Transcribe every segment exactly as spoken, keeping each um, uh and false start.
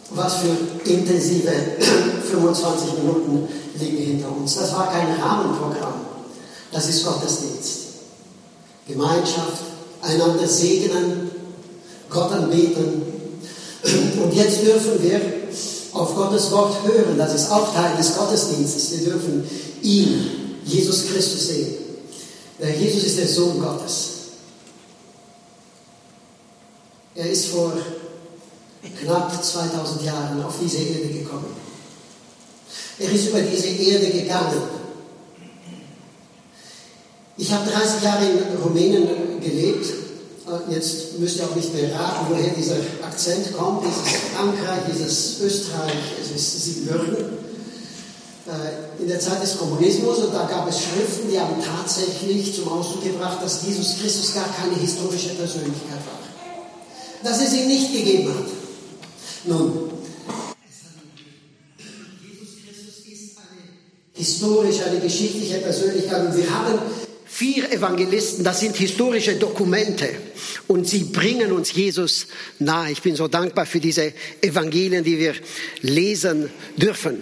Was für intensive fünfundzwanzig Minuten liegen hinter uns. Das war kein Rahmenprogramm. Das ist Gottesdienst. Gemeinschaft, einander segnen, Gott anbeten. Und jetzt dürfen wir auf Gottes Wort hören. Das ist auch Teil des Gottesdienstes. Wir dürfen ihn, Jesus Christus, sehen. Der Jesus ist der Sohn Gottes. Er ist vor knapp zweitausend Jahren auf diese Erde gekommen. Er ist über diese Erde gegangen. Ich habe dreißig Jahre in Rumänien gelebt. Jetzt müsst ihr auch nicht mehr raten, woher dieser Akzent kommt. Es ist Frankreich, es ist Österreich, es ist Siebenbürgen. In der Zeit des Kommunismus, und da gab es Schriften, die haben tatsächlich zum Ausdruck gebracht, dass Jesus Christus gar keine historische Persönlichkeit war. Dass es ihn nicht gegeben hat. Nun, Jesus Christus ist eine historische, eine geschichtliche Persönlichkeit, und wir haben vier Evangelisten, das sind historische Dokumente, und sie bringen uns Jesus nahe. Ich bin so dankbar für diese Evangelien, die wir lesen dürfen.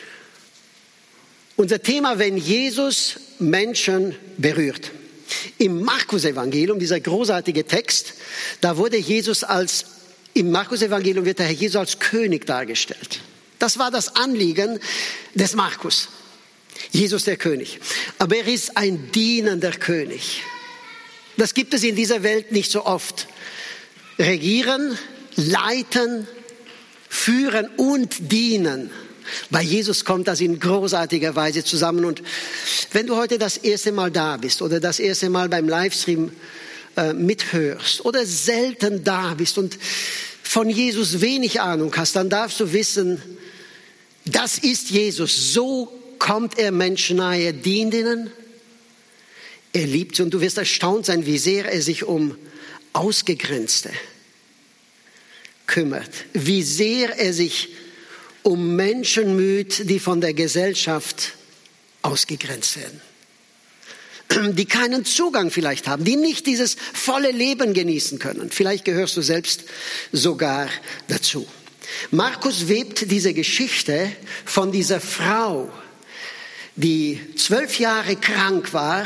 Unser Thema, wenn Jesus Menschen berührt. Im Markus-Evangelium, dieser großartige Text, da wurde Jesus als, im Markus-Evangelium wird der Herr Jesus als König dargestellt. Das war das Anliegen des Markus. Jesus der König. Aber er ist ein dienender König. Das gibt es in dieser Welt nicht so oft. Regieren, leiten, führen und dienen. Bei Jesus kommt das in großartiger Weise zusammen. Und wenn du heute das erste Mal da bist oder das erste Mal beim Livestream äh, mithörst oder selten da bist und von Jesus wenig Ahnung hast, dann darfst du wissen, das ist Jesus. So kommt er Menschen nahe, er dient ihnen, er liebt sie, und du wirst erstaunt sein, wie sehr er sich um Ausgegrenzte kümmert, wie sehr er sich um Menschen müht, die von der Gesellschaft ausgegrenzt werden, die keinen Zugang vielleicht haben, die nicht dieses volle Leben genießen können. Vielleicht gehörst du selbst sogar dazu. Markus webt diese Geschichte von dieser Frau, die zwölf Jahre krank war,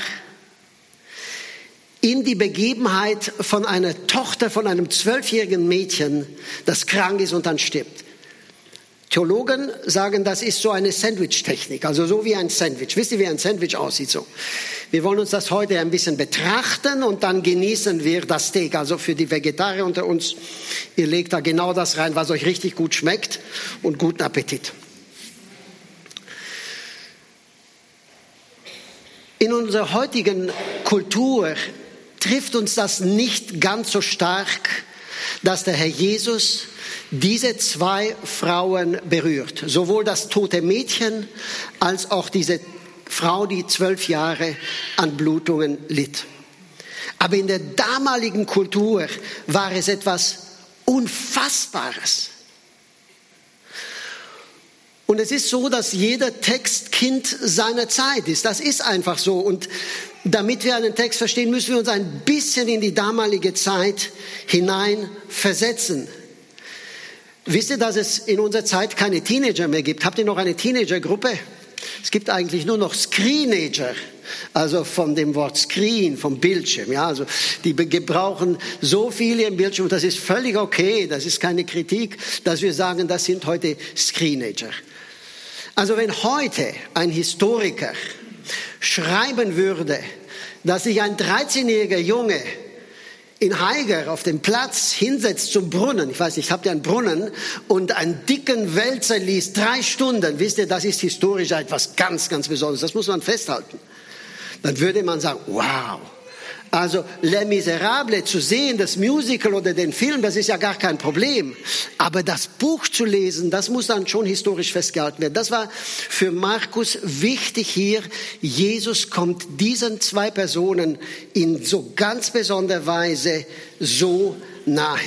in die Begebenheit von einer Tochter von einem zwölfjährigen Mädchen, das krank ist und dann stirbt. Theologen sagen, das ist so eine Sandwich-Technik, also so wie ein Sandwich. Wisst ihr, wie ein Sandwich aussieht? So. Wir wollen uns das heute ein bisschen betrachten und dann genießen wir das Steak. Also für die Vegetarier unter uns, ihr legt da genau das rein, was euch richtig gut schmeckt, und guten Appetit. In unserer heutigen Kultur trifft uns das nicht ganz so stark, dass der Herr Jesus diese zwei Frauen berührt. Sowohl das tote Mädchen als auch diese Frau, die zwölf Jahre an Blutungen litt. Aber in der damaligen Kultur war es etwas Unfassbares. Und es ist so, dass jeder Text Kind seiner Zeit ist. Das ist einfach so. Und damit wir einen Text verstehen, müssen wir uns ein bisschen in die damalige Zeit hineinversetzen. Wisst ihr, dass es in unserer Zeit keine Teenager mehr gibt? Habt ihr noch eine Teenagergruppe? Es gibt eigentlich nur noch Screenager, also von dem Wort Screen, vom Bildschirm. Ja, also die gebrauchen so viel im Bildschirm, das ist völlig okay, das ist keine Kritik, dass wir sagen, das sind heute Screenager. Also wenn heute ein Historiker schreiben würde, dass sich ein dreizehnjähriger Junge in Haiger auf dem Platz hinsetzt zum Brunnen, ich weiß nicht, habt ihr einen Brunnen, und einen dicken Wälzer liest, drei Stunden, wisst ihr, das ist historisch etwas ganz, ganz Besonderes, das muss man festhalten. Dann würde man sagen, wow. Also Les Miserables zu sehen, das Musical oder den Film, das ist ja gar kein Problem. Aber das Buch zu lesen, das muss dann schon historisch festgehalten werden. Das war für Markus wichtig hier. Jesus kommt diesen zwei Personen in so ganz besonderer Weise so nahe.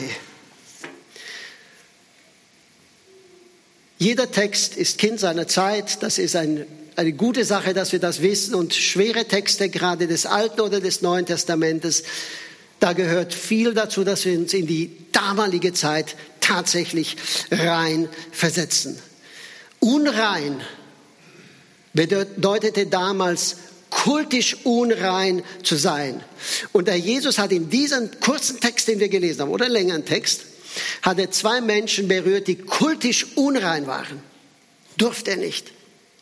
Jeder Text ist Kind seiner Zeit. Das ist ein Eine gute Sache, dass wir das wissen, und schwere Texte, gerade des Alten oder des Neuen Testamentes, da gehört viel dazu, dass wir uns in die damalige Zeit tatsächlich rein versetzen. Unrein bedeutete damals kultisch unrein zu sein. Und der Jesus hat in diesem kurzen Text, den wir gelesen haben, oder längeren Text, hat er zwei Menschen berührt, die kultisch unrein waren. Durfte er nicht.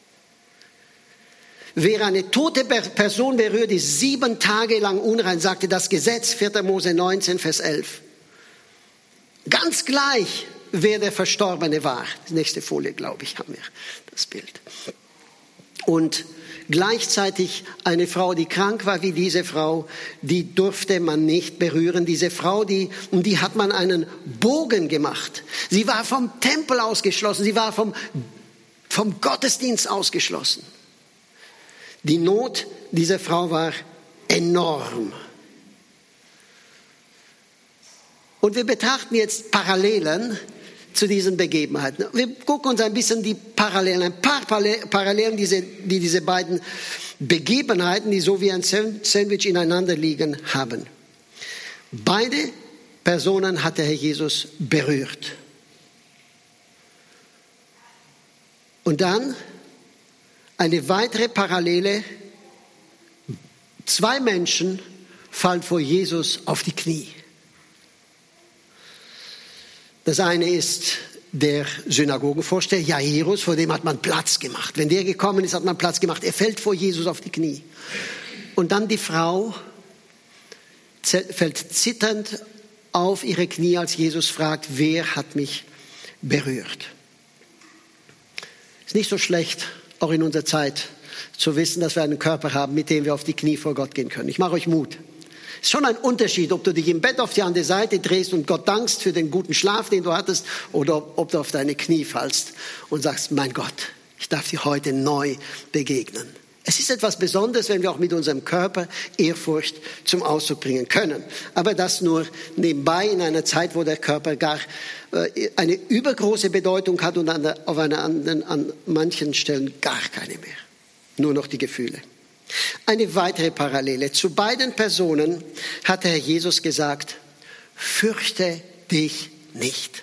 Wer eine tote Person berührt, ist sieben Tage lang unrein, sagte das Gesetz, vierter Mose neunzehn, Vers elf. Ganz gleich, wer der Verstorbene war. Die nächste Folie, glaube ich, haben wir das Bild. Und gleichzeitig eine Frau, die krank war wie diese Frau, die durfte man nicht berühren. Diese Frau, die, um die hat man einen Bogen gemacht. Sie war vom Tempel ausgeschlossen, sie war vom, vom Gottesdienst ausgeschlossen. Die Not dieser Frau war enorm. Und wir betrachten jetzt Parallelen zu diesen Begebenheiten. Wir gucken uns ein bisschen die Parallelen, ein paar Parallelen, diese, die diese beiden Begebenheiten, die so wie ein Sandwich ineinander liegen, haben. Beide Personen hat der Herr Jesus berührt. Und dann eine weitere Parallele. Zwei Menschen fallen vor Jesus auf die Knie. Das eine ist der Synagogenvorsteher Jairus, vor dem hat man Platz gemacht. Wenn der gekommen ist, hat man Platz gemacht. Er fällt vor Jesus auf die Knie. Und dann die Frau fällt zitternd auf ihre Knie, als Jesus fragt, wer hat mich berührt? Ist nicht so schlecht, auch in unserer Zeit, zu wissen, dass wir einen Körper haben, mit dem wir auf die Knie vor Gott gehen können. Ich mache euch Mut. Es ist schon ein Unterschied, ob du dich im Bett auf die andere Seite drehst und Gott dankst für den guten Schlaf, den du hattest, oder ob du auf deine Knie fallst und sagst, mein Gott, ich darf dir heute neu begegnen. Es ist etwas Besonderes, wenn wir auch mit unserem Körper Ehrfurcht zum Ausdruck bringen können. Aber das nur nebenbei in einer Zeit, wo der Körper gar äh, eine übergroße Bedeutung hat und an, der, auf einer anderen, an manchen Stellen gar keine mehr. Nur noch die Gefühle. Eine weitere Parallele. Zu beiden Personen hat der Herr Jesus gesagt, fürchte dich nicht.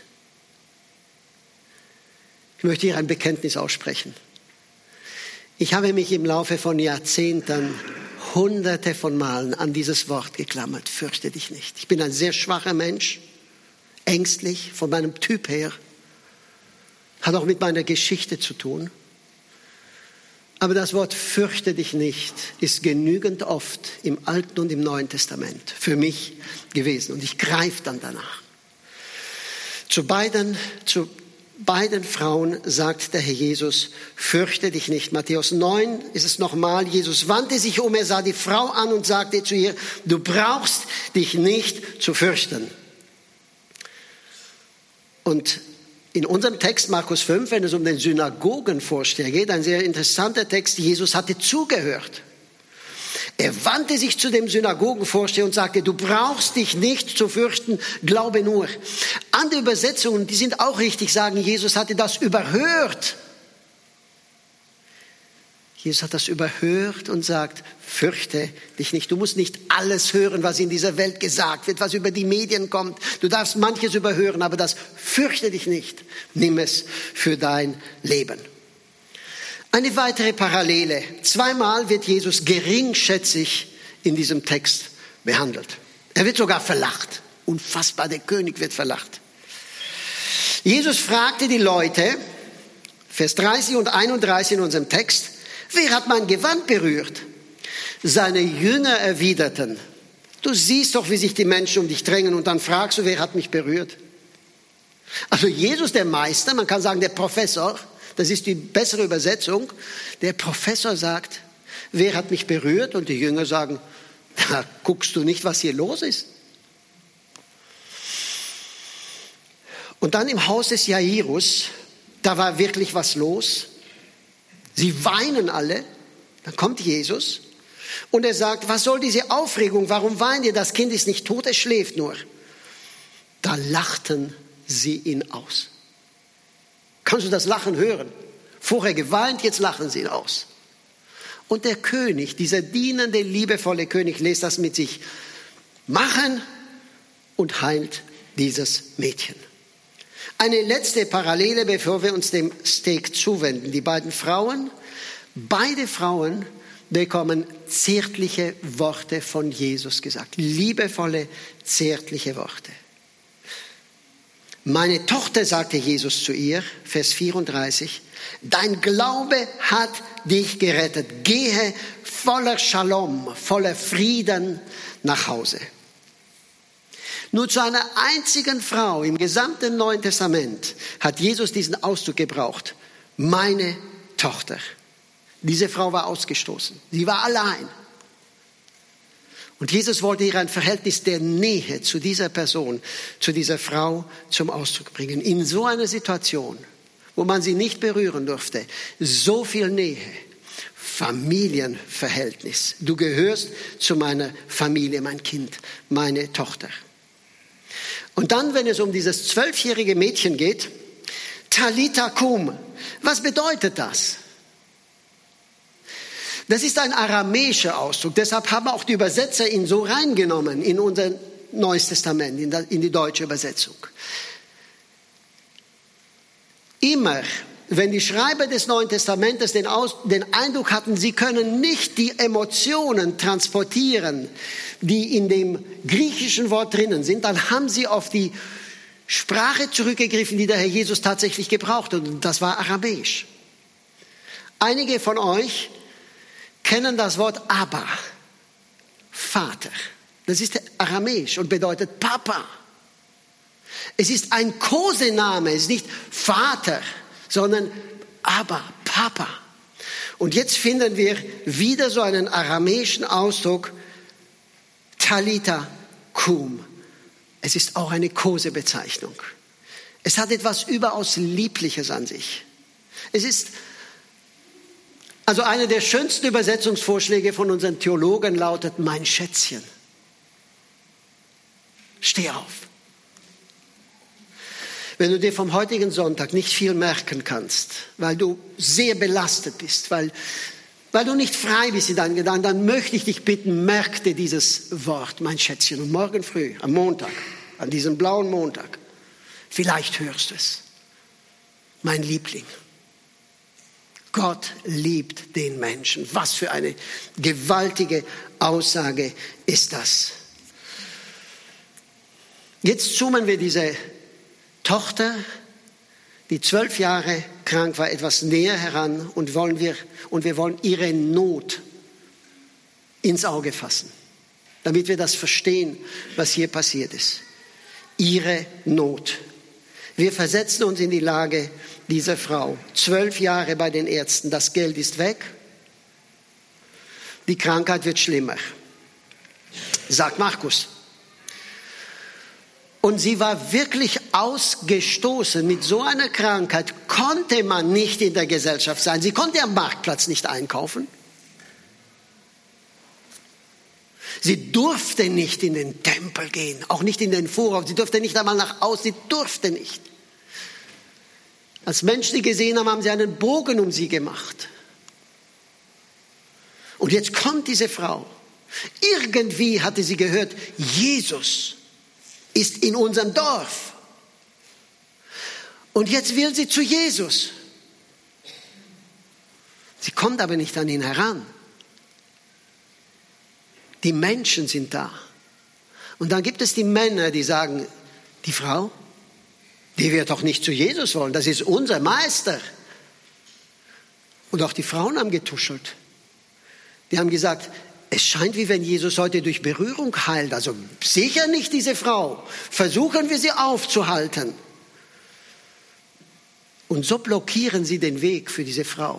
Ich möchte hier ein Bekenntnis aussprechen. Ich habe mich im Laufe von Jahrzehnten hunderte von Malen an dieses Wort geklammert, fürchte dich nicht. Ich bin ein sehr schwacher Mensch, ängstlich von meinem Typ her, hat auch mit meiner Geschichte zu tun. Aber das Wort fürchte dich nicht ist genügend oft im Alten und im Neuen Testament für mich gewesen. Und ich greife dann danach. Zu beiden, zu beiden Frauen sagt der Herr Jesus, fürchte dich nicht. Matthäus neun ist es nochmal. Jesus wandte sich um, er sah die Frau an und sagte zu ihr, du brauchst dich nicht zu fürchten. Und in unserem Text, Markus fünf, wenn es um den Synagogenvorsteher geht, ein sehr interessanter Text, Jesus hatte zugehört. Er wandte sich zu dem Synagogenvorsteher und sagte, du brauchst dich nicht zu fürchten, glaube nur. Andere Übersetzungen, die sind auch richtig, sagen, Jesus hatte das überhört. Jesus hat das überhört und sagt, fürchte dich nicht. Du musst nicht alles hören, was in dieser Welt gesagt wird, was über die Medien kommt. Du darfst manches überhören, aber das fürchte dich nicht. Nimm es für dein Leben. Eine weitere Parallele. Zweimal wird Jesus geringschätzig in diesem Text behandelt. Er wird sogar verlacht. Unfassbar, der König wird verlacht. Jesus fragte die Leute, Vers dreißig und einunddreißig in unserem Text, wer hat mein Gewand berührt? Seine Jünger erwiderten, du siehst doch, wie sich die Menschen um dich drängen und dann fragst du, wer hat mich berührt? Also Jesus, der Meister, man kann sagen der Professor, das ist die bessere Übersetzung, der Professor sagt, wer hat mich berührt? Und die Jünger sagen, da guckst du nicht, was hier los ist. Und dann im Haus des Jairus, da war wirklich was los. Sie weinen alle. Dann kommt Jesus und er sagt, was soll diese Aufregung? Warum weint ihr? Das Kind ist nicht tot, es schläft nur. Da lachten sie ihn aus. Kannst du das Lachen hören? Vorher geweint, jetzt lachen sie ihn aus. Und der König, dieser dienende, liebevolle König, lässt das mit sich machen und heilt dieses Mädchen. Eine letzte Parallele, bevor wir uns dem Steak zuwenden. Die beiden Frauen, beide Frauen bekommen zärtliche Worte von Jesus gesagt. Liebevolle, zärtliche Worte. Meine Tochter, sagte Jesus zu ihr, Vers vierunddreißig, dein Glaube hat dich gerettet. Gehe voller Shalom, voller Frieden nach Hause. Nur zu einer einzigen Frau im gesamten Neuen Testament hat Jesus diesen Ausdruck gebraucht. Meine Tochter. Diese Frau war ausgestoßen. Sie war allein. Und Jesus wollte ihr ein Verhältnis der Nähe zu dieser Person, zu dieser Frau zum Ausdruck bringen. In so einer Situation, wo man sie nicht berühren durfte, so viel Nähe, Familienverhältnis. Du gehörst zu meiner Familie, mein Kind, meine Tochter. Und dann, wenn es um dieses zwölfjährige Mädchen geht, Talitha kum. Was bedeutet das? Das ist ein aramäischer Ausdruck. Deshalb haben auch die Übersetzer ihn so reingenommen in unser Neues Testament, in die deutsche Übersetzung. Immer, wenn die Schreiber des Neuen Testamentes den, Aus, den Eindruck hatten, sie können nicht die Emotionen transportieren, die in dem griechischen Wort drinnen sind, dann haben sie auf die Sprache zurückgegriffen, die der Herr Jesus tatsächlich gebraucht hat. Und das war Aramäisch. Einige von euch kennen das Wort Abba, Vater. Das ist aramäisch und bedeutet Papa. Es ist ein Kosename, es ist nicht Vater, sondern Abba, Papa. Und jetzt finden wir wieder so einen aramäischen Ausdruck, Talitha kum. Es ist auch eine Kosebezeichnung. Es hat etwas überaus Liebliches an sich. Es ist Also einer der schönsten Übersetzungsvorschläge von unseren Theologen lautet, mein Schätzchen, steh auf. Wenn du dir vom heutigen Sonntag nicht viel merken kannst, weil du sehr belastet bist, weil, weil du nicht frei bist in deinen Gedanken, dann möchte ich dich bitten, merk dir dieses Wort, mein Schätzchen. Und morgen früh, am Montag, an diesem blauen Montag, vielleicht hörst du es, mein Liebling. Gott liebt den Menschen. Was für eine gewaltige Aussage ist das. Jetzt zoomen wir diese Tochter, die zwölf Jahre krank war, etwas näher heran und, wollen wir, und wir wollen ihre Not ins Auge fassen, damit wir das verstehen, was hier passiert ist. Ihre Not. Wir versetzen uns in die Lage dieser Frau. Zwölf Jahre bei den Ärzten, das Geld ist weg, die Krankheit wird schlimmer, sagt Markus. Und sie war wirklich ausgestoßen. Mit so einer Krankheit konnte man nicht in der Gesellschaft sein. Sie konnte am Marktplatz nicht einkaufen. Sie durfte nicht in den Tempel gehen, auch nicht in den Vorhof. Sie durfte nicht einmal nach Hause, sie durfte nicht. Als Menschen, die gesehen haben, haben sie einen Bogen um sie gemacht. Und jetzt kommt diese Frau. Irgendwie hatte sie gehört, Jesus ist in unserem Dorf. Und jetzt will sie zu Jesus. Sie kommt aber nicht an ihn heran. Die Menschen sind da. Und dann gibt es die Männer, die sagen, die Frau, die wird doch nicht zu Jesus wollen, das ist unser Meister. Und auch die Frauen haben getuschelt. Die haben gesagt, es scheint, wie wenn Jesus heute durch Berührung heilt. Also sicher nicht diese Frau. Versuchen wir sie aufzuhalten. Und so blockieren sie den Weg für diese Frau.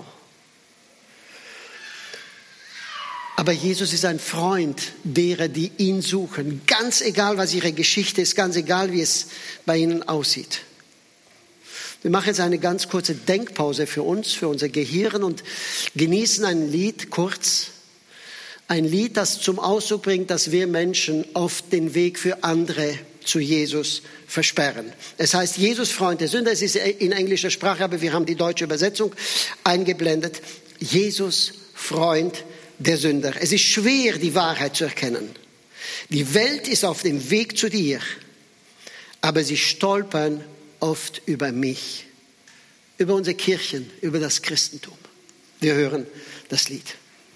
Aber Jesus ist ein Freund derer, die ihn suchen. Ganz egal, was ihre Geschichte ist, ganz egal, wie es bei ihnen aussieht. Wir machen jetzt eine ganz kurze Denkpause für uns, für unser Gehirn und genießen ein Lied kurz. Ein Lied, das zum Ausdruck bringt, dass wir Menschen oft den Weg für andere zu Jesus versperren. Es heißt Jesus, Freund der Sünder. Es ist in englischer Sprache, aber wir haben die deutsche Übersetzung eingeblendet. Jesus, Freund der Sünder. Es ist schwer, die Wahrheit zu erkennen. Die Welt ist auf dem Weg zu dir, aber sie stolpern oft über mich, über unsere Kirchen, über das Christentum. Wir hören das Lied.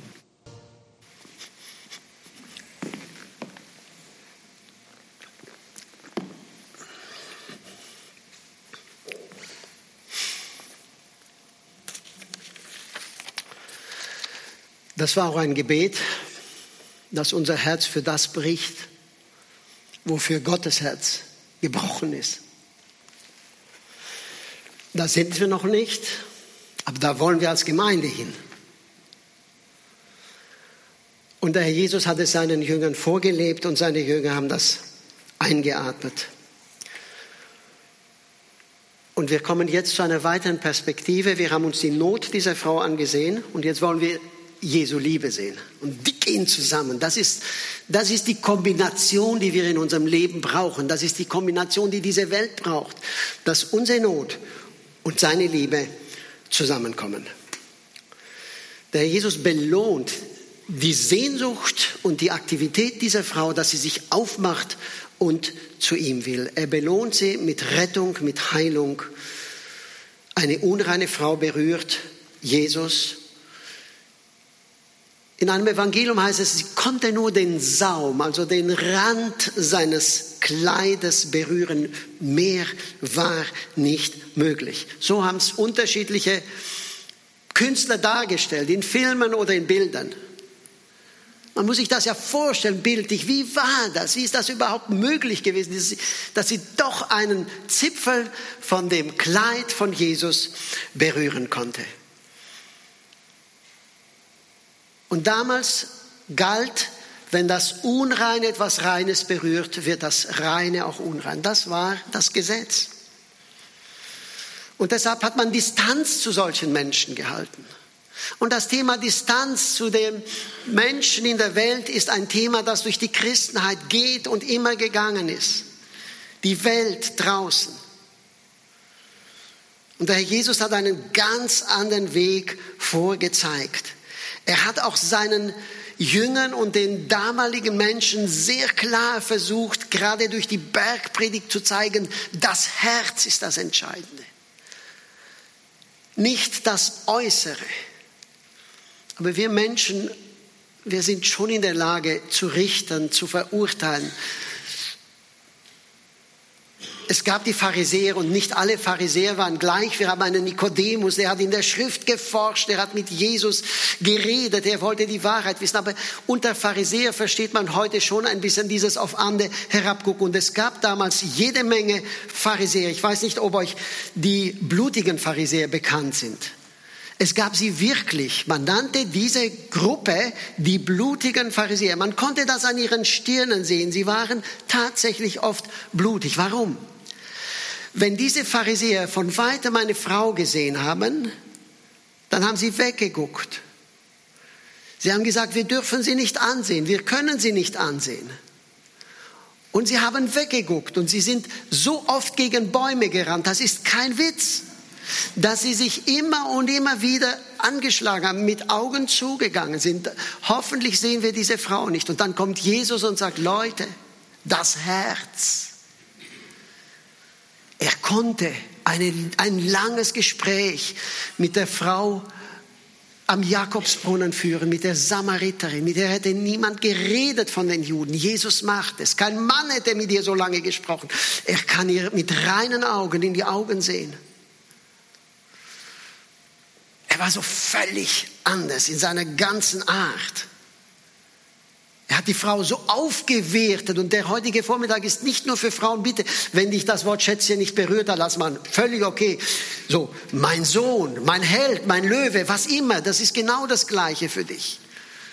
Das war auch ein Gebet, dass unser Herz für das bricht, wofür Gottes Herz gebrochen ist. Da sind wir noch nicht, aber da wollen wir als Gemeinde hin. Und der Herr Jesus hat es seinen Jüngern vorgelebt und seine Jünger haben das eingeatmet. Und wir kommen jetzt zu einer weiteren Perspektive. Wir haben uns die Not dieser Frau angesehen und jetzt wollen wir Jesu Liebe sehen. Und die gehen zusammen. Das ist, das ist die Kombination, die wir in unserem Leben brauchen. Das ist die Kombination, die diese Welt braucht. Dass unsere Not und seine Liebe zusammenkommen. Der Jesus belohnt die Sehnsucht und die Aktivität dieser Frau, dass sie sich aufmacht und zu ihm will. Er belohnt sie mit Rettung, mit Heilung. Eine unreine Frau berührt Jesus. In einem Evangelium heißt es, sie konnte nur den Saum, also den Rand seines Kleides berühren. Mehr war nicht möglich. So haben es unterschiedliche Künstler dargestellt, in Filmen oder in Bildern. Man muss sich das ja vorstellen, bildlich. Wie war das? Wie ist das überhaupt möglich gewesen, dass sie, dass sie doch einen Zipfel von dem Kleid von Jesus berühren konnte? Und damals galt, wenn das Unreine etwas Reines berührt, wird das Reine auch unrein. Das war das Gesetz. Und deshalb hat man Distanz zu solchen Menschen gehalten. Und das Thema Distanz zu den Menschen in der Welt ist ein Thema, das durch die Christenheit geht und immer gegangen ist. Die Welt draußen. Und der Herr Jesus hat einen ganz anderen Weg vorgezeigt. Er hat auch seinen Jüngern und den damaligen Menschen sehr klar versucht, gerade durch die Bergpredigt zu zeigen, das Herz ist das Entscheidende. Nicht das Äußere. Aber wir Menschen, wir sind schon in der Lage zu richten, zu verurteilen. Es gab die Pharisäer und nicht alle Pharisäer waren gleich. Wir haben einen Nikodemus, der hat in der Schrift geforscht, der hat mit Jesus geredet, er wollte die Wahrheit wissen. Aber unter Pharisäer versteht man heute schon ein bisschen dieses auf andere herabgucken. Und es gab damals jede Menge Pharisäer. Ich weiß nicht, ob euch die blutigen Pharisäer bekannt sind. Es gab sie wirklich. Man nannte diese Gruppe die blutigen Pharisäer. Man konnte das an ihren Stirnen sehen. Sie waren tatsächlich oft blutig. Warum? Wenn diese Pharisäer von weitem eine Frau gesehen haben, dann haben sie weggeguckt. Sie haben gesagt, wir dürfen sie nicht ansehen, wir können sie nicht ansehen. Und sie haben weggeguckt und sie sind so oft gegen Bäume gerannt, das ist kein Witz, dass sie sich immer und immer wieder angeschlagen haben, mit Augen zugegangen sind. Hoffentlich sehen wir diese Frau nicht. Und dann kommt Jesus und sagt, Leute, das Herz. Er konnte eine, ein langes Gespräch mit der Frau am Jakobsbrunnen führen, mit der Samariterin. Mit der hätte niemand geredet von den Juden. Jesus macht es. Kein Mann hätte mit ihr so lange gesprochen. Er kann ihr mit reinen Augen in die Augen sehen. Er war so völlig anders in seiner ganzen Art. Er hat die Frau so aufgewertet und der heutige Vormittag ist nicht nur für Frauen. Bitte, wenn dich das Wort Schätzchen nicht berührt, dann lass man völlig okay. So, mein Sohn, mein Held, mein Löwe, was immer, das ist genau das Gleiche für dich.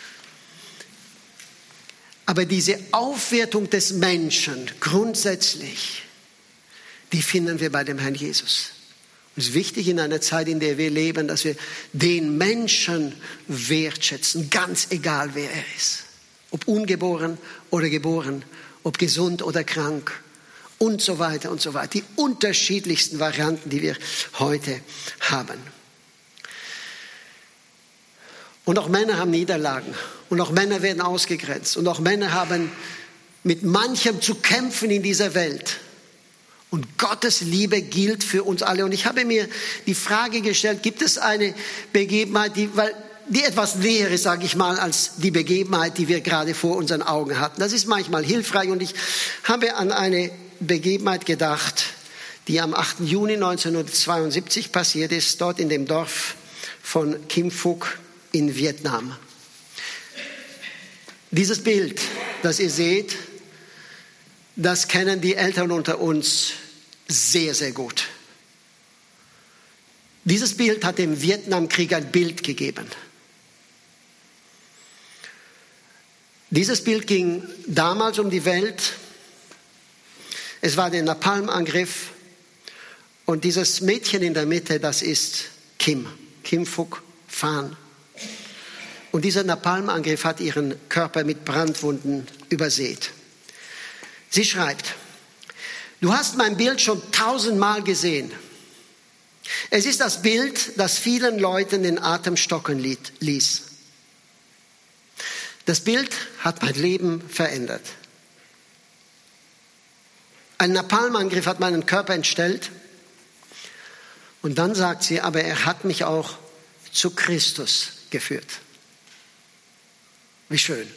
Aber diese Aufwertung des Menschen grundsätzlich, die finden wir bei dem Herrn Jesus. Es ist wichtig in einer Zeit, in der wir leben, dass wir den Menschen wertschätzen, ganz egal wer er ist. Ob ungeboren oder geboren, ob gesund oder krank und so weiter und so weiter. Die unterschiedlichsten Varianten, die wir heute haben. Und auch Männer haben Niederlagen und auch Männer werden ausgegrenzt und auch Männer haben mit manchem zu kämpfen in dieser Welt. Und Gottes Liebe gilt für uns alle. Und ich habe mir die Frage gestellt, gibt es eine Begebenheit, die, weil, die etwas näher ist, sage ich mal, als die Begebenheit, die wir gerade vor unseren Augen hatten. Das ist manchmal hilfreich. Und ich habe an eine Begebenheit gedacht, die am achten Juni neunzehnhundertzweiundsiebzig passiert ist, dort in dem Dorf von Kim Phuc in Vietnam. Dieses Bild, das ihr seht, das kennen die Eltern unter uns sehr, sehr gut. Dieses Bild hat dem Vietnamkrieg ein Bild gegeben. Dieses Bild ging damals um die Welt. Es war der Napalmangriff. Und dieses Mädchen in der Mitte, das ist Kim, Kim Phuc Phan. Und dieser Napalmangriff hat ihren Körper mit Brandwunden übersät. Sie schreibt, du hast mein Bild schon tausendmal gesehen. Es ist das Bild, das vielen Leuten den Atem stocken ließ. Das Bild hat mein Leben verändert. Ein Napalmangriff hat meinen Körper entstellt. Und dann sagt sie, aber er hat mich auch zu Christus geführt. Wie schön.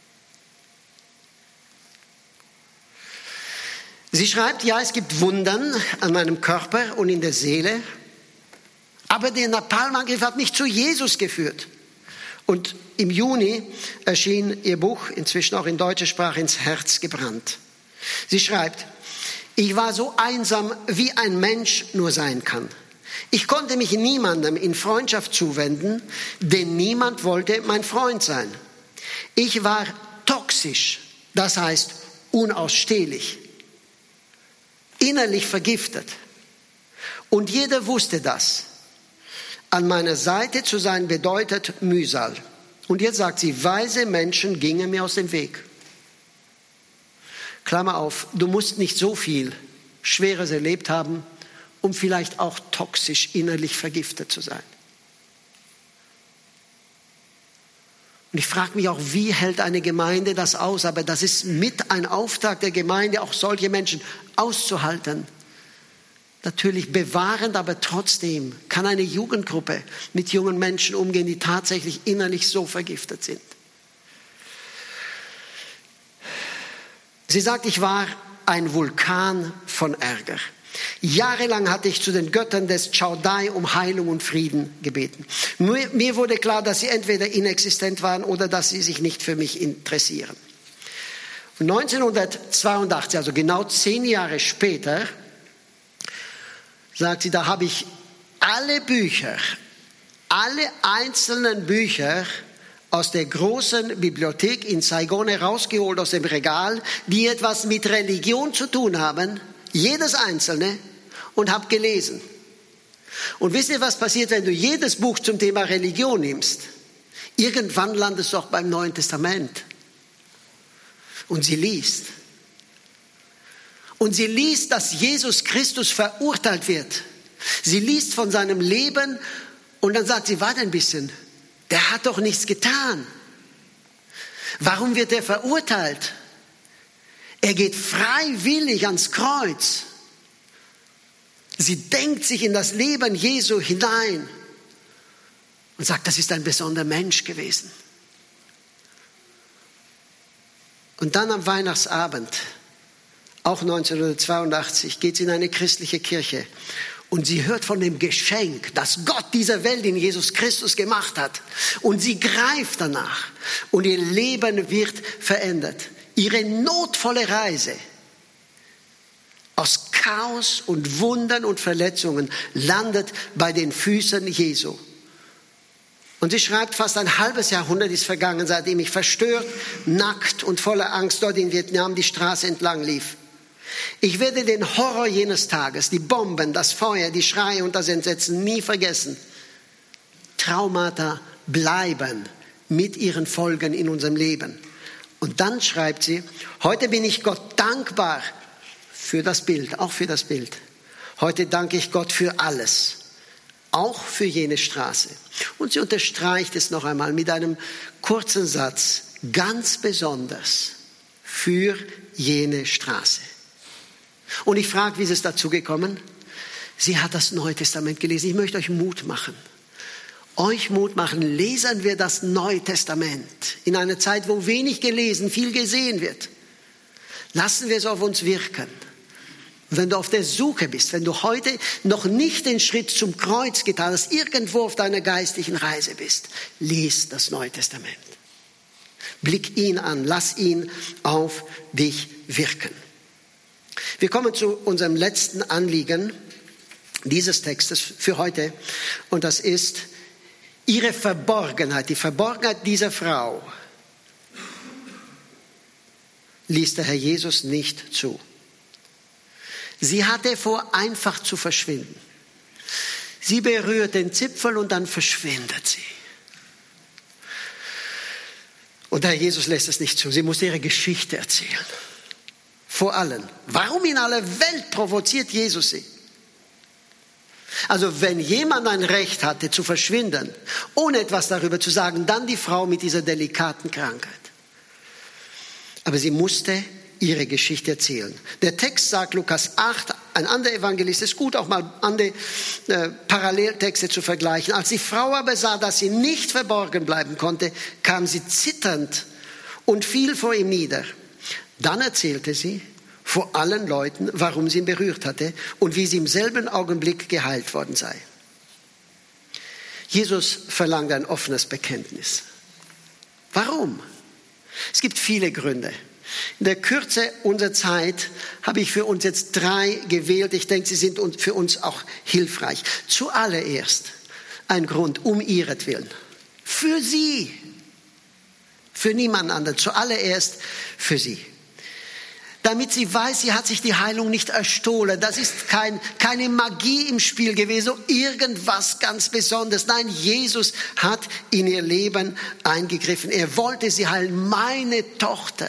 Sie schreibt, ja, es gibt Wunden an meinem Körper und in der Seele, aber der Napalmangriff hat mich zu Jesus geführt. Und im Juni erschien ihr Buch, inzwischen auch in deutscher Sprache, ins Herz gebrannt. Sie schreibt, ich war so einsam, wie ein Mensch nur sein kann. Ich konnte mich niemandem in Freundschaft zuwenden, denn niemand wollte mein Freund sein. Ich war toxisch, das heißt unausstehlich, innerlich vergiftet. Und jeder wusste das. An meiner Seite zu sein bedeutet Mühsal. Und jetzt sagt sie, weise Menschen gingen mir aus dem Weg. Klammer auf, du musst nicht so viel Schweres erlebt haben, um vielleicht auch toxisch innerlich vergiftet zu sein. Und ich frage mich auch, wie hält eine Gemeinde das aus? Aber das ist mit ein Auftrag der Gemeinde, auch solche Menschen auszuhalten. Natürlich bewahrend, aber trotzdem kann eine Jugendgruppe mit jungen Menschen umgehen, die tatsächlich innerlich so vergiftet sind. Sie sagt, ich war ein Vulkan von Ärger. Jahrelang hatte ich zu den Göttern des Chao Dai um Heilung und Frieden gebeten. Mir, mir wurde klar, dass sie entweder inexistent waren oder dass sie sich nicht für mich interessieren. Und neunzehnhundertzweiundachtzig, also genau zehn Jahre später, sagt sie, da habe ich alle Bücher, alle einzelnen Bücher aus der großen Bibliothek in Saigon herausgeholt aus dem Regal, die etwas mit Religion zu tun haben, jedes einzelne, und habe gelesen. Und wisst ihr, was passiert, wenn du jedes Buch zum Thema Religion nimmst? Irgendwann landest du auch beim Neuen Testament. Und sie liest. Und sie liest, dass Jesus Christus verurteilt wird. Sie liest von seinem Leben und dann sagt sie, warte ein bisschen, der hat doch nichts getan. Warum wird er verurteilt? Er geht freiwillig ans Kreuz. Sie denkt sich in das Leben Jesu hinein und sagt, das ist ein besonderer Mensch gewesen. Und dann am Weihnachtsabend, auch neunzehnhundertzweiundachtzig, geht sie in eine christliche Kirche und sie hört von dem Geschenk, das Gott dieser Welt in Jesus Christus gemacht hat. Und sie greift danach und ihr Leben wird verändert. Ihre notvolle Reise aus Chaos und Wundern und Verletzungen landet bei den Füßen Jesu. Und sie schreibt, fast ein halbes Jahrhundert ist vergangen, seitdem ich verstört, nackt und voller Angst dort in Vietnam die Straße entlang lief. Ich werde den Horror jenes Tages, die Bomben, das Feuer, die Schreie und das Entsetzen nie vergessen. Traumata bleiben mit ihren Folgen in unserem Leben. Und dann schreibt sie, heute bin ich Gott dankbar für das Bild, auch für das Bild. Heute danke ich Gott für alles, auch für jene Straße. Und sie unterstreicht es noch einmal mit einem kurzen Satz, ganz besonders für jene Straße. Und ich frage, wie ist es dazu gekommen? Sie hat das Neue Testament gelesen. Ich möchte euch Mut machen. Euch Mut machen, lesen wir das Neue Testament. In einer Zeit, wo wenig gelesen, viel gesehen wird. Lassen wir es auf uns wirken. Wenn du auf der Suche bist, wenn du heute noch nicht den Schritt zum Kreuz getan hast, irgendwo auf deiner geistlichen Reise bist, lies das Neue Testament. Blick ihn an, lass ihn auf dich wirken. Wir kommen zu unserem letzten Anliegen dieses Textes für heute, und das ist ihre Verborgenheit. Die Verborgenheit dieser Frau ließ der Herr Jesus nicht zu. Sie hatte vor, einfach zu verschwinden. Sie berührt den Zipfel und dann verschwindet sie. Und der Herr Jesus lässt es nicht zu. Sie muss ihre Geschichte erzählen. Vor allen. Warum in aller Welt provoziert Jesus sie? Also wenn jemand ein Recht hatte zu verschwinden, ohne etwas darüber zu sagen, dann die Frau mit dieser delikaten Krankheit. Aber sie musste ihre Geschichte erzählen. Der Text sagt, Lukas acht, ein anderer Evangelist, ist gut, auch mal andere äh, Paralleltexte zu vergleichen. Als die Frau aber sah, dass sie nicht verborgen bleiben konnte, kam sie zitternd und fiel vor ihm nieder. Dann erzählte sie vor allen Leuten, warum sie ihn berührt hatte und wie sie im selben Augenblick geheilt worden sei. Jesus verlangt ein offenes Bekenntnis. Warum? Es gibt viele Gründe. In der Kürze unserer Zeit habe ich für uns jetzt drei gewählt. Ich denke, sie sind für uns auch hilfreich. Zuallererst ein Grund um ihretwillen. Für sie. Für niemand anderen. Zuallererst für sie. Damit sie weiß, sie hat sich die Heilung nicht erstohlen. Das ist kein, keine Magie im Spiel gewesen, so irgendwas ganz Besonderes. Nein, Jesus hat in ihr Leben eingegriffen. Er wollte sie heilen. Meine Tochter.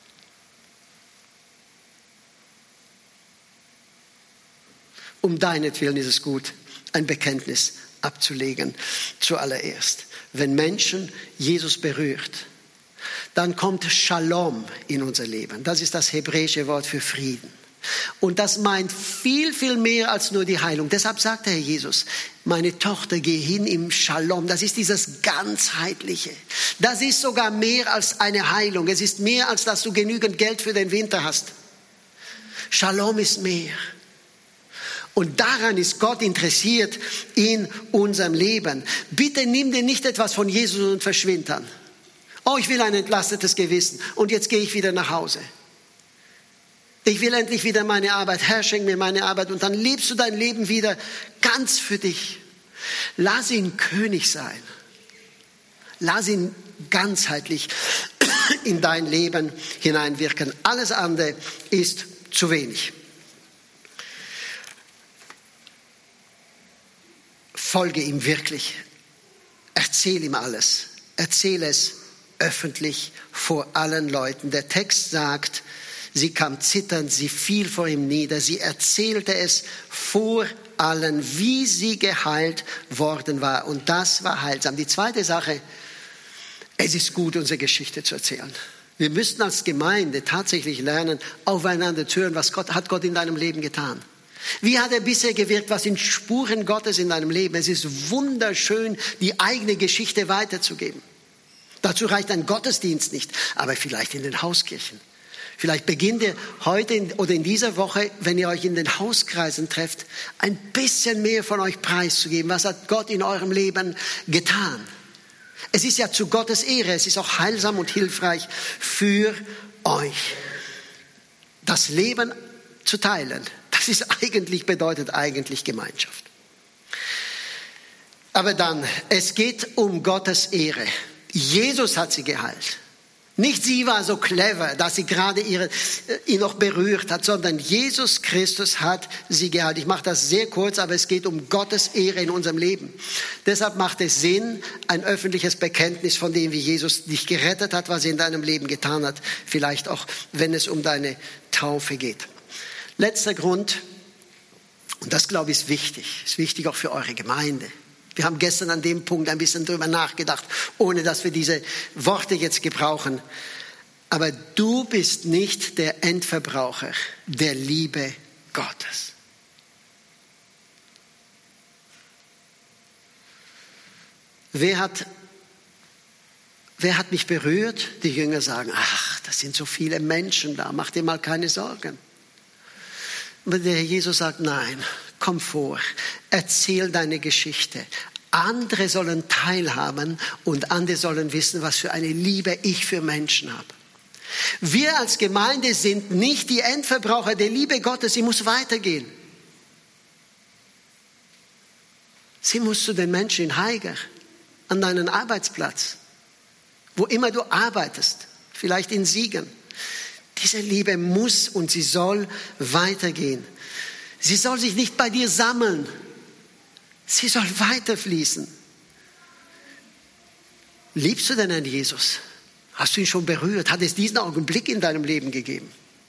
Um deinetwillen ist es gut, ein Bekenntnis abzulegen. Zuallererst, wenn Menschen Jesus berührt, dann kommt Shalom in unser Leben. Das ist das hebräische Wort für Frieden. Und das meint viel, viel mehr als nur die Heilung. Deshalb sagt der Herr Jesus, meine Tochter, geh hin im Shalom. Das ist dieses Ganzheitliche. Das ist sogar mehr als eine Heilung. Es ist mehr, als dass du genügend Geld für den Winter hast. Shalom ist mehr. Und daran ist Gott interessiert in unserem Leben. Bitte nimm dir nicht etwas von Jesus und verschwind dann. Oh, ich will ein entlastetes Gewissen und jetzt gehe ich wieder nach Hause. Ich will endlich wieder meine Arbeit. Herr, schenk mir meine Arbeit, und dann lebst du dein Leben wieder ganz für dich. Lass ihn König sein. Lass ihn ganzheitlich in dein Leben hineinwirken. Alles andere ist zu wenig. Folge ihm wirklich. Erzähl ihm alles. Erzähl es öffentlich vor allen Leuten. Der Text sagt, sie kam zitternd, sie fiel vor ihm nieder. Sie erzählte es vor allen, wie sie geheilt worden war. Und das war heilsam. Die zweite Sache, es ist gut, unsere Geschichte zu erzählen. Wir müssten als Gemeinde tatsächlich lernen, aufeinander zu hören, was Gott, hat Gott in deinem Leben getan. Wie hat er bisher gewirkt? Was sind Spuren Gottes in deinem Leben? Es ist wunderschön, die eigene Geschichte weiterzugeben. Dazu reicht ein Gottesdienst nicht, aber vielleicht in den Hauskirchen. Vielleicht beginnt ihr heute in, oder in dieser Woche, wenn ihr euch in den Hauskreisen trefft, ein bisschen mehr von euch preiszugeben. Was hat Gott in eurem Leben getan? Es ist ja zu Gottes Ehre, es ist auch heilsam und hilfreich für euch. Das Leben zu teilen. Das ist eigentlich, bedeutet eigentlich Gemeinschaft. Aber dann, es geht um Gottes Ehre. Jesus hat sie geheilt. Nicht sie war so clever, dass sie gerade ihre, ihn noch berührt hat, sondern Jesus Christus hat sie geheilt. Ich mache das sehr kurz, aber es geht um Gottes Ehre in unserem Leben. Deshalb macht es Sinn, ein öffentliches Bekenntnis von dem, wie Jesus dich gerettet hat, was er in deinem Leben getan hat. Vielleicht auch, wenn es um deine Taufe geht. Letzter Grund, und das glaube ich ist wichtig, ist wichtig auch für eure Gemeinde. Wir haben gestern an dem Punkt ein bisschen drüber nachgedacht, ohne dass wir diese Worte jetzt gebrauchen. Aber du bist nicht der Endverbraucher der Liebe Gottes. Wer hat, wer hat mich berührt? Die Jünger sagen, ach, das sind so viele Menschen da, mach dir mal keine Sorgen. Aber der Herr Jesus sagt, nein, komm vor, erzähl deine Geschichte. Andere sollen teilhaben und andere sollen wissen, was für eine Liebe ich für Menschen habe. Wir als Gemeinde sind nicht die Endverbraucher der Liebe Gottes, sie muss weitergehen. Sie muss zu den Menschen in Haiger, an deinen Arbeitsplatz, wo immer du arbeitest, vielleicht in Siegen. Diese Liebe muss und sie soll weitergehen. Sie soll sich nicht bei dir sammeln. Sie soll weiterfließen. Liebst du denn einen Jesus? Hast du ihn schon berührt? Hat es diesen Augenblick in deinem Leben gegeben?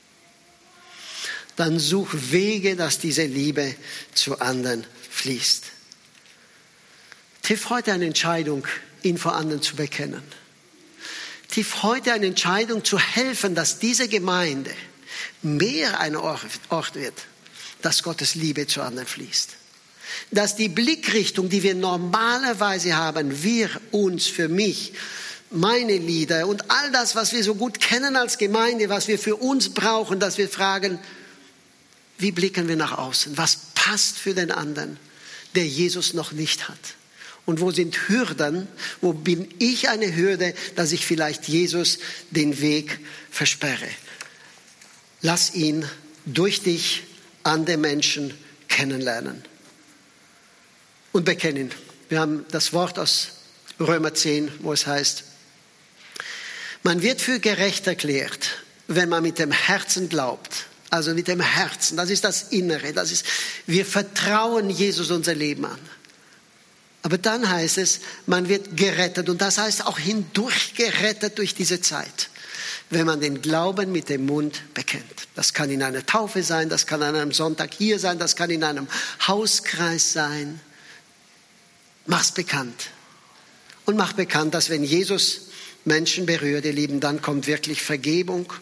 Dann such Wege, dass diese Liebe zu anderen fließt. Triff heute eine Entscheidung, ihn vor anderen zu bekennen. Triff heute eine Entscheidung, zu helfen, dass diese Gemeinde mehr ein Ort wird, dass Gottes Liebe zu anderen fließt. Dass die Blickrichtung, die wir normalerweise haben, wir, uns, für mich, meine Lieder und all das, was wir so gut kennen als Gemeinde, was wir für uns brauchen, dass wir fragen, wie blicken wir nach außen? Was passt für den anderen, der Jesus noch nicht hat? Und wo sind Hürden? Wo bin ich eine Hürde, dass ich vielleicht Jesus den Weg versperre? Lass ihn durch dich andere Menschen kennenlernen. Und bekennen. Wir haben das Wort aus Römer zehn, wo es heißt, man wird für gerecht erklärt, wenn man mit dem Herzen glaubt. Also mit dem Herzen, das ist das Innere. Das ist, wir vertrauen Jesus unser Leben an. Aber dann heißt es, man wird gerettet. Und das heißt auch hindurch gerettet durch diese Zeit. Wenn man den Glauben mit dem Mund bekennt. Das kann in einer Taufe sein, das kann an einem Sonntag hier sein, das kann in einem Hauskreis sein. Mach's bekannt. Und mach bekannt, dass wenn Jesus Menschen berührt, ihr Lieben, dann kommt wirklich Vergebung,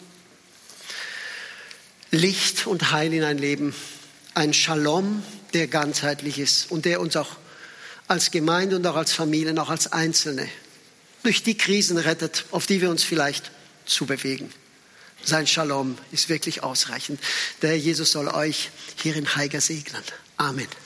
Licht und Heil in ein Leben. Ein Shalom, der ganzheitlich ist und der uns auch als Gemeinde und auch als Familien, auch als Einzelne durch die Krisen rettet, auf die wir uns vielleicht zubewegen. Sein Shalom ist wirklich ausreichend. Der Herr Jesus soll euch hier in Haiger segnen. Amen.